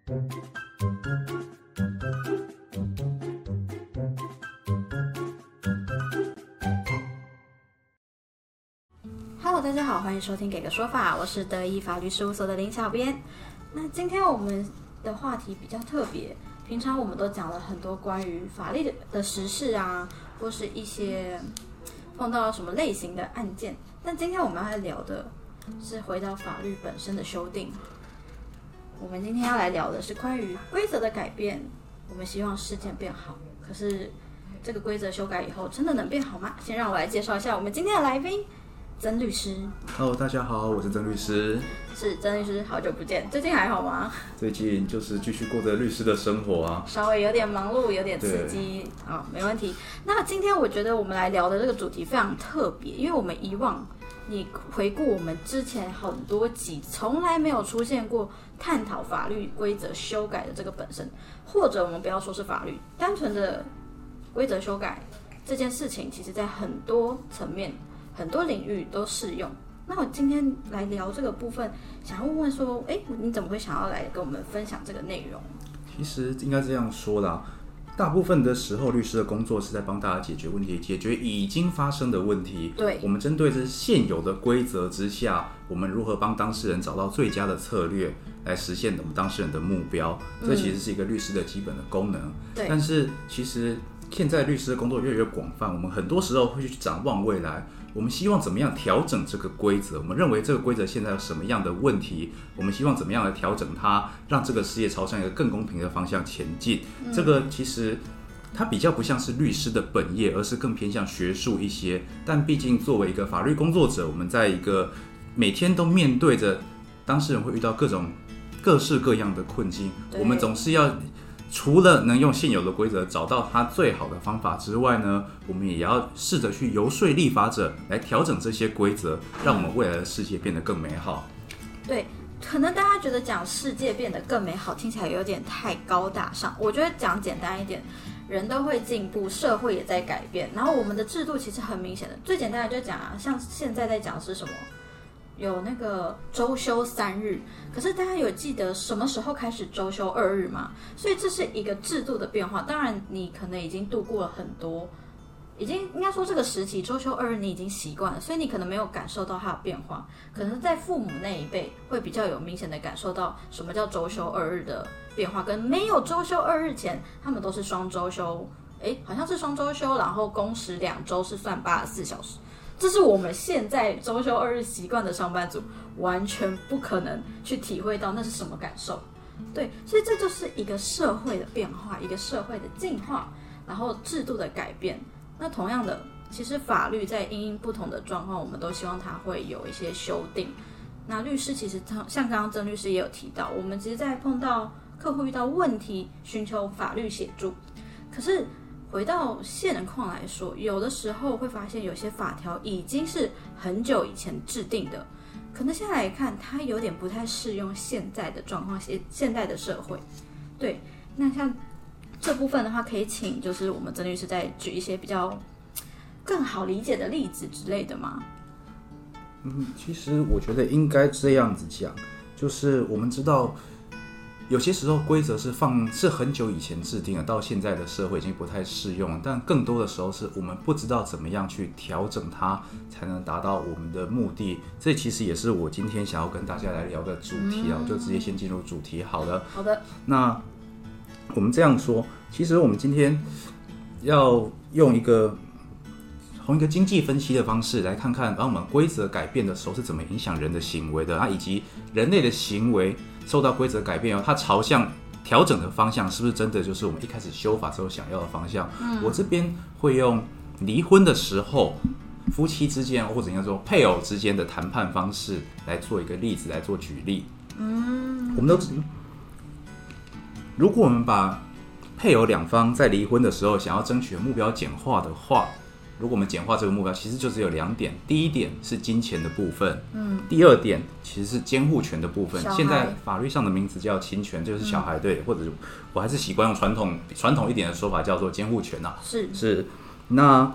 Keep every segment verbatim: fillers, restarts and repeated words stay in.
Hello， 大家好，欢迎收听给个说法，我是德意法律事务所的林小编。那今天我们的话题比较特别，平常我们都讲了很多关于法律的时事啊，或是一些碰到什么类型的案件，但今天我们要来聊的是回到法律本身的修订。我们今天要来聊的是关于规则的改变，我们希望事件变好，可是这个规则修改以后真的能变好吗？先让我来介绍一下我们今天的来宾，曾律师。 Hello， 大家好，我是曾律师。 是曾律师，好久不见，最近还好吗？ 最近就是继续过着律师的生活啊， 稍微有点忙碌，有点刺激啊、哦，没问题。那今天我觉得我们来聊的这个主题非常特别，因为我们以往你回顾我们之前很多集，从来没有出现过探讨法律规则修改的这个本身，或者我们不要说是法律，单纯的规则修改这件事情，其实在很多层面、很多领域都适用。那我今天来聊这个部分，想要问问说，哎，你怎么会想要来跟我们分享这个内容？ 其实应该这样说啦，大部分的时候，律师的工作是在帮大家解决问题，解决已经发生的问题。 对， 我们针对这现有的规则之下，我们如何帮当事人找到最佳的策略，来实现我们当事人的目标。这其实是一个律师的基本的功能。 对， 但是其实现在律师的工作越来越广泛，我们很多时候会去展望未来。我们希望怎么样调整这个规则？我们认为这个规则现在有什么样的问题？我们希望怎么样来调整它，让这个事业朝向一个更公平的方向前进。嗯、这个其实它比较不像是律师的本业，而是更偏向学术一些。但毕竟作为一个法律工作者，我们在一个每天都面对着当事人会遇到各种各式各样的困境，我们总是要。除了能用现有的规则找到它最好的方法之外呢，我们也要试着去游说立法者来调整这些规则，让我们未来的世界变得更美好。 对，可能大家觉得讲世界变得更美好听起来有点太高大上，我觉得讲简单一点，人都会进步，社会也在改变，然后我们的制度其实很明显的，最简单的就讲啊，像现在在讲的是什么？有那个周休三日，可是大家有记得什么时候开始周休二日吗？所以这是一个制度的变化。当然，你可能已经度过了很多，已经应该说这个时期周休二日你已经习惯了，所以你可能没有感受到它的变化。可能在父母那一辈会比较有明显的感受到什么叫周休二日的变化，跟没有周休二日前，他们都是双周休，哎，好像是双周休，然后工时两周是算八十四小时。这是我们现在周休二日习惯的上班族完全不可能去体会到那是什么感受。对，所以这就是一个社会的变化，一个社会的进化，然后制度的改变。那同样的，其实法律在因应不同的状况，我们都希望它会有一些修订。那律师其实像刚刚曾律师也有提到，我们其实在碰到客户遇到问题，寻求法律协助，可是回到现况来说，有的时候会发现有些法条已经是很久以前制定的，可能现在来看它有点不太适用现在的状况，现在的社会。对，那像这部分的话，可以请就是我们曾律师再举一些比较更好理解的例子之类的吗？ 嗯，其实我觉得应该这样子讲，就是我们知道。有些时候规则是放是很久以前制定的，到现在的社会已经不太适用了。但更多的时候是我们不知道怎么样去调整它，才能达到我们的目的。这其实也是我今天想要跟大家来聊的主题啊，嗯、我就直接先进入主题好了。 好的。 那我们这样说，其实我们今天要用一个从一个经济分析的方式来看看，当我们规则改变的时候是怎么影响人的行为的啊，以及人类的行为。受到规则改变后，它朝向调整的方向是不是真的就是我们一开始修法之后想要的方向？嗯、我这边会用离婚的时候夫妻之间或者应该说配偶之间的谈判方式来做一个例子来做举例。嗯，我们都如果我们把配偶两方在离婚的时候想要争取的目标简化的话，如果我们简化这个目标，其实就只有两点。第一点是金钱的部分，嗯，第二点其实是监护权的部分。现在法律上的名字叫侵权，就是小孩，对，或者我还是习惯用传统传统一点的说法叫做监护权啊。 是是，那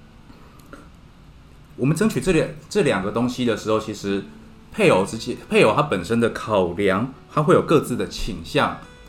我们争取这两这两个东西的时候，其实配偶之间配偶他本身的考量，他会有各自的倾向。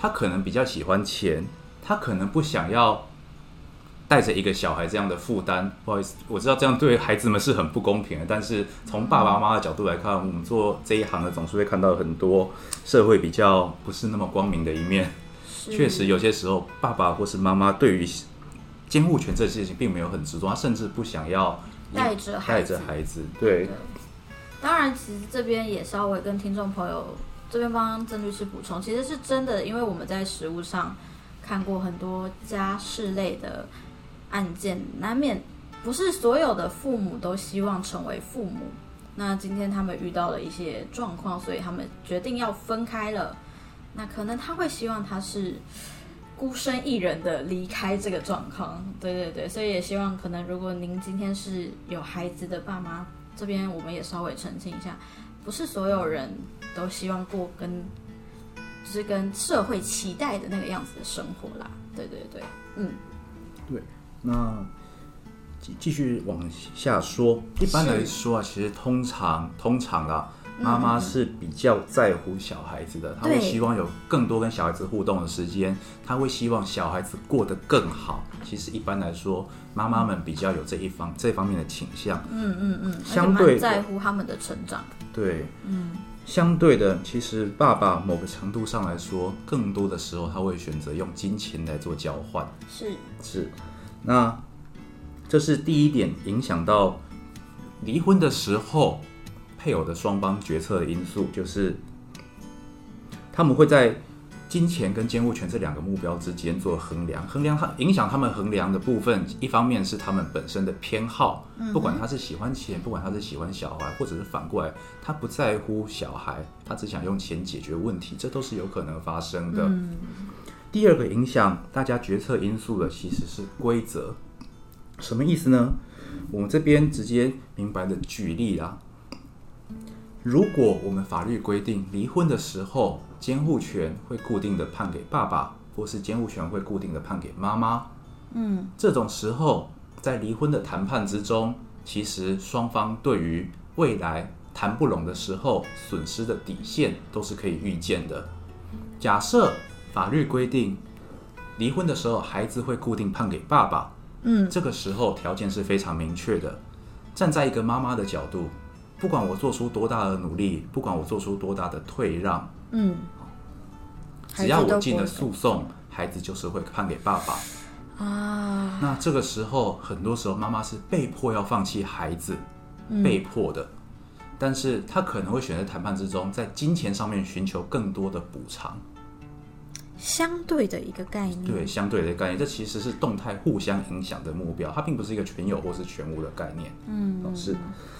他可能比较喜欢钱，他可能不想要带着一个小孩这样的负担。不好意思，我知道这样对孩子们是很不公平的，但是从爸爸妈妈的角度来看，我们做这一行的总是会看到很多社会比较不是那么光明的一面。确实有些时候爸爸或是妈妈对于监护权这件事情并没有很执着，他甚至不想要带着孩子， 孩子对。 对，当然，其实这边也稍微跟听众朋友这边帮曾律师补充，其实是真的，因为我们在实务上看过很多家事类的案件，难免不是所有的父母都希望成为父母。那今天他们遇到了一些状况，所以他们决定要分开了。那可能他会希望他是孤身一人的离开这个状况，对对对，所以也希望可能如果您今天是有孩子的爸妈，这边我们也稍微澄清一下，不是所有人都希望过跟就是跟社会期待的那个样子的生活啦，对对对，嗯， 对，那继续往下说，一般来说啊，其实通常通常啦。妈妈是比较在乎小孩子的，她会希望有更多跟小孩子互动的时间，她会希望小孩子过得更好。其实一般来说，妈妈们比较有这一方这方面的倾向。 嗯嗯嗯， 相对在乎他们的成长。 对，嗯，相对的，其实爸爸某个程度上来说，更多的时候他会选择用金钱来做交换。 是是，那这是第一点，影响到离婚的时候。配偶的双方决策的因素，就是他们会在金钱跟监护权这两个目标之间做衡量，衡量它影响他们衡量的部分，一方面是他们本身的偏好，不管他是喜欢钱，不管他是喜欢小孩，或者是反过来他不在乎小孩，他只想用钱解决问题，这都是有可能发生的。嗯、第二个影响大家决策因素的其实是规则，什么意思呢？我们这边直接明白的举例啦。如果我们法律规定离婚的时候，监护权会固定的判给爸爸，或是监护权会固定的判给妈妈，嗯，这种时候在离婚的谈判之中，其实双方对于未来谈不拢的时候损失的底线都是可以预见的。假设法律规定离婚的时候孩子会固定判给爸爸，嗯，这个时候条件是非常明确的。站在一个妈妈的角度，不管我做出多大的努力，不管我做出多大的退让，嗯，只要我进了诉讼，孩子就是会判给爸爸啊。那这个时候，很多时候妈妈是被迫要放弃孩子，嗯、被迫的，但是她可能会选择谈判之中，在金钱上面寻求更多的补偿。 相对的一个概念， 对，相对的一个概念，这其实是动态互相影响的目标，它并不是一个全有或是全无的概念。嗯，是。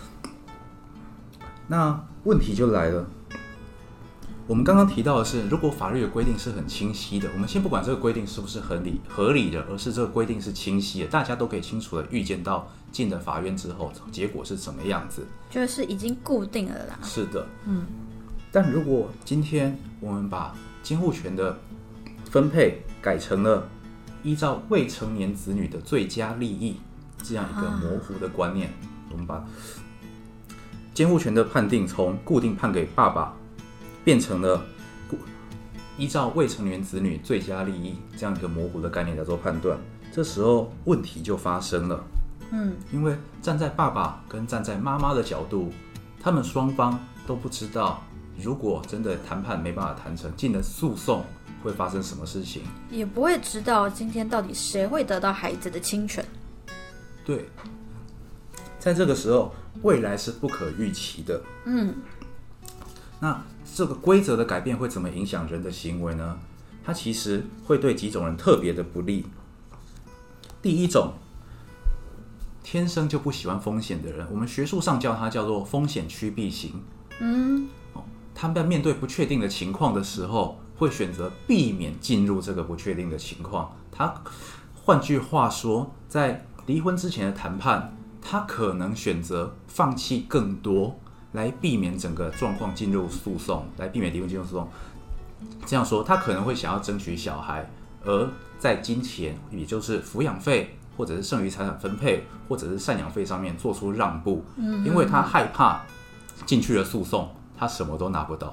那问题就来了，我们刚刚提到的是，如果法律的规定是很清晰的，我们先不管这个规定是不是合理合理的，而是这个规定是清晰的，大家都可以清楚的预见到进了法院之后结果是什么样子， 就是已经固定了啦。 是的，嗯。但如果今天我们把监护权的分配改成了依照未成年子女的最佳利益这样一个模糊的观念，啊、我们把监护权的判定从固定判给爸爸，变成了依照未成年子女最佳利益这样一个模糊的概念来做判断。这时候问题就发生了，嗯，因为站在爸爸跟站在妈妈的角度，他们双方都不知道，如果真的谈判没办法谈成，进了诉讼会发生什么事情， 也不会知道今天到底谁会得到孩子的侵权。 对，在这个时候，未来是不可预期的。嗯，那这个规则的改变会怎么影响人的行为呢？它其实会对几种人特别的不利。第一种，天生就不喜欢风险的人，我们学术上叫它叫做风险趋避型。嗯，他们在面对不确定的情况的时候，会选择避免进入这个不确定的情况。他换句话说，在离婚之前的谈判，他可能选择放弃更多，来避免整个状况进入诉讼，来避免离婚进入诉讼。这样说，他可能会想要争取小孩，而在金钱，也就是抚养费，或者是剩余财产分配，或者是赡养费上面做出让步，嗯、因为他害怕进去了诉讼，他什么都拿不到。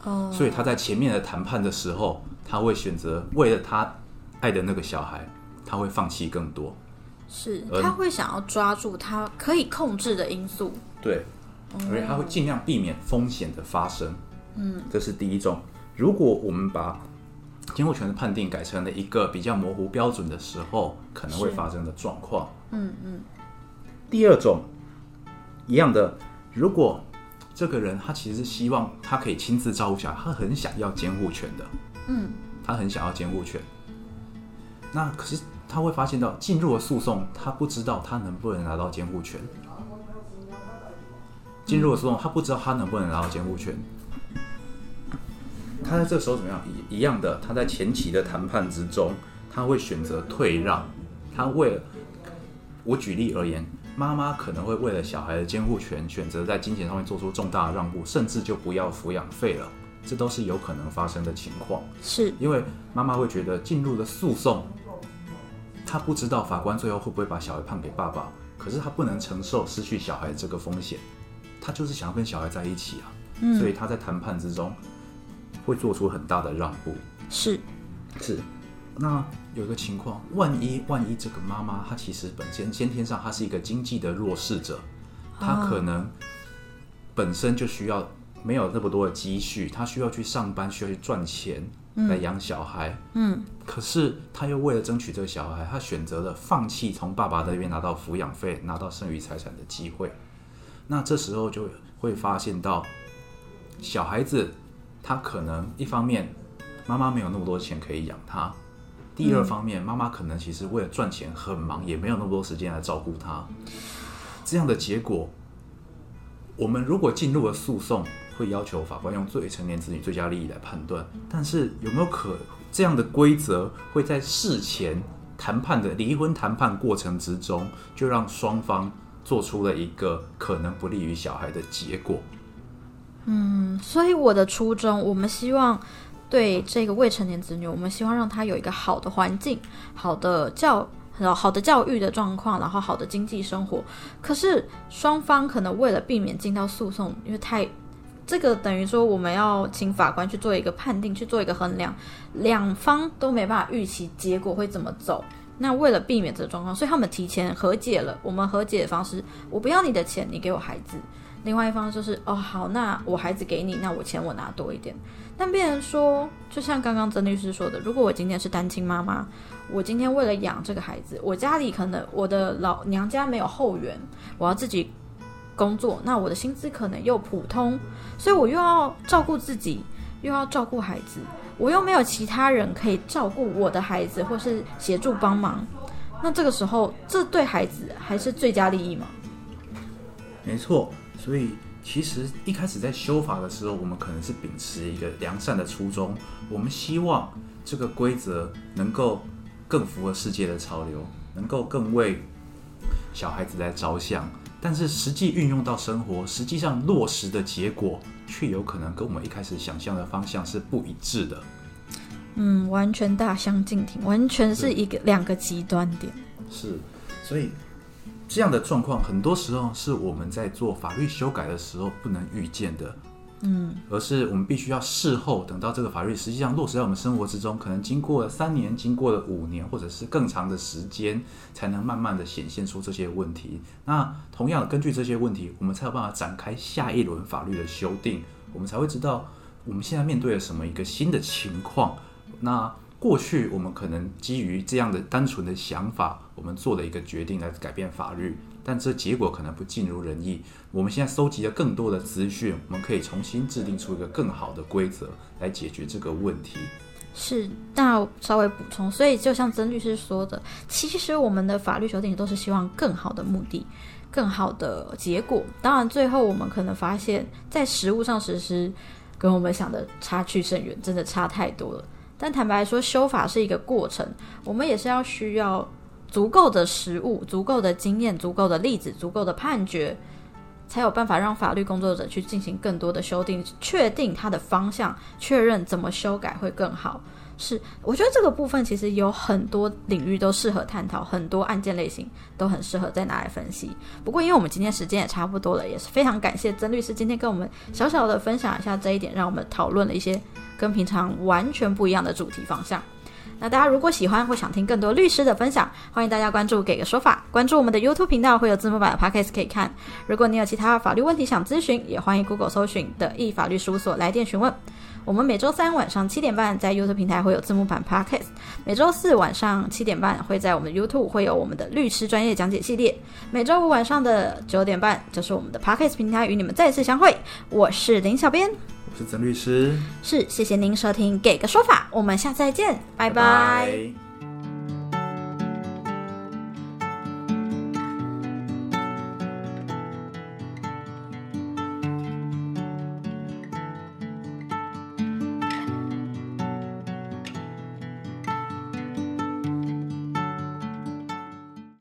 哦，所以他在前面的谈判的时候，他会选择为了他爱的那个小孩，他会放弃更多。 是，他会想要抓住他可以控制的因素。 对，而且他会尽量避免风险的发生。嗯，这是第一种。如果我们把监护权的判定改成了一个比较模糊标准的时候，可能会发生的状况。嗯嗯。第二种，一样的，如果这个人他其实是希望他可以亲自照顾小孩，他很想要监护权的。嗯，他很想要监护权。那可是他会发现到进入了诉讼，他不知道他能不能拿到监护权。进入了诉讼，他不知道他能不能拿到监护权。他在这时候怎么样？一样的，他在前期的谈判之中，他会选择退让。他为了，我举例而言，妈妈可能会为了小孩的监护权，选择在金钱上面做出重大的让步，甚至就不要抚养费了。这都是有可能发生的情况。 是因为妈妈会觉得进入了诉讼，他不知道法官最后会不会把小孩判给爸爸，可是他不能承受失去小孩这个风险，他就是想要跟小孩在一起啊。嗯、所以他在谈判之中会做出很大的让步。 是是，那有一个情况，万一万一这个妈妈她其实本身先天上她是一个经济的弱势者，她可能本身就需要没有那么多的积蓄，她需要去上班，需要去赚钱来养小孩。嗯，可是她又为了争取这个小孩，她选择了放弃从爸爸那边拿到抚养费、拿到剩余财产的机会。那这时候就会发现到，小孩子他可能一方面妈妈没有那么多钱可以养他，第二方面、嗯、妈妈可能其实为了赚钱很忙，也没有那么多时间来照顾他。这样的结果，我们如果进入了诉讼，会要求法官用未成年子女最佳利益来判断，但是有没有可这样的规则会在事前谈判的离婚谈判过程之中，就让双方做出了一个可能不利于小孩的结果？ 嗯，所以我的初衷，我们希望对这个未成年子女，我们希望让他有一个好的环境、好的教、好的教育的状况，然后好的经济生活。可是双方可能为了避免进到诉讼，因为太这个等于说我们要请法官去做一个判定，去做一个衡量，两方都没办法预期结果会怎么走。那为了避免这个状况，所以他们提前和解了。我们和解的方式，我不要你的钱，你给我孩子。另外一方就是哦好，那我孩子给你，那我钱我拿多一点。但变成说，就像刚刚曾律师说的，如果我今天是单亲妈妈，我今天为了养这个孩子，我家里可能我的老娘家没有后援，我要自己工作，那我的薪资可能又普通，所以我又要照顾自己，又要照顾孩子，我又没有其他人可以照顾我的孩子或是协助帮忙。那这个时候，这对孩子还是最佳利益吗？ 没错。所以其实一开始在修法的时候，我们可能是秉持一个良善的初衷，我们希望这个规则能够更符合世界的潮流，能够更为小孩子来着想，但是实际运用到生活，实际上落实的结果却有可能跟我们一开始想象的方向是不一致的。 嗯，完全大相径庭，完全是一个两个极端点。 是，所以这样的状况很多时候是我们在做法律修改的时候不能预见的，嗯，而是我们必须要事后等到这个法律实际上落实在我们生活之中，可能经过了三年，经过了五年，或者是更长的时间，才能慢慢的显现出这些问题。那同样根据这些问题，我们才有办法展开下一轮法律的修订，我们才会知道我们现在面对了什么一个新的情况。那过去我们可能基于这样的单纯的想法，我们做了一个决定来改变法律，但这结果可能不尽如人意。我们现在收集了更多的资讯，我们可以重新制定出一个更好的规则来解决这个问题。 是，那稍微补充，所以就像曾律师说的，其实我们的法律修订都是希望更好的目的，更好的结果。当然最后我们可能发现在实务上实施跟我们想的差距甚远，真的差太多了。但坦白说，修法是一个过程，我们也是要需要足够的实务、足够的经验、足够的例子、足够的判决，才有办法让法律工作者去进行更多的修订，确定它的方向，确认怎么修改会更好。 是，我觉得这个部分其实有很多领域都适合探讨，很多案件类型都很适合再拿来分析。不过因为我们今天时间也差不多了，也是非常感谢曾律师今天跟我们小小的分享一下这一点，让我们讨论了一些跟平常完全不一样的主题方向。那大家如果喜欢或想听更多律师的分享，欢迎大家关注给个说法，关注我们的 YouTube 频道，会有字幕版的 Podcast 可以看。如果你有其他法律问题想咨询，也欢迎 Google 搜寻的义法律事务所来电询问。我们每周三晚上七点半在 YouTube 平台会有字幕版 Podcast， 每周四晚上七点半会在我们的 YouTube 会有我们的律师专业讲解系列，每周五晚上的九点半就是我们的 Podcast 平台与你们再次相会。我是林小编， 我是曾律师， 是谢谢您收听给个说法，我们下次再见，拜拜。 拜拜。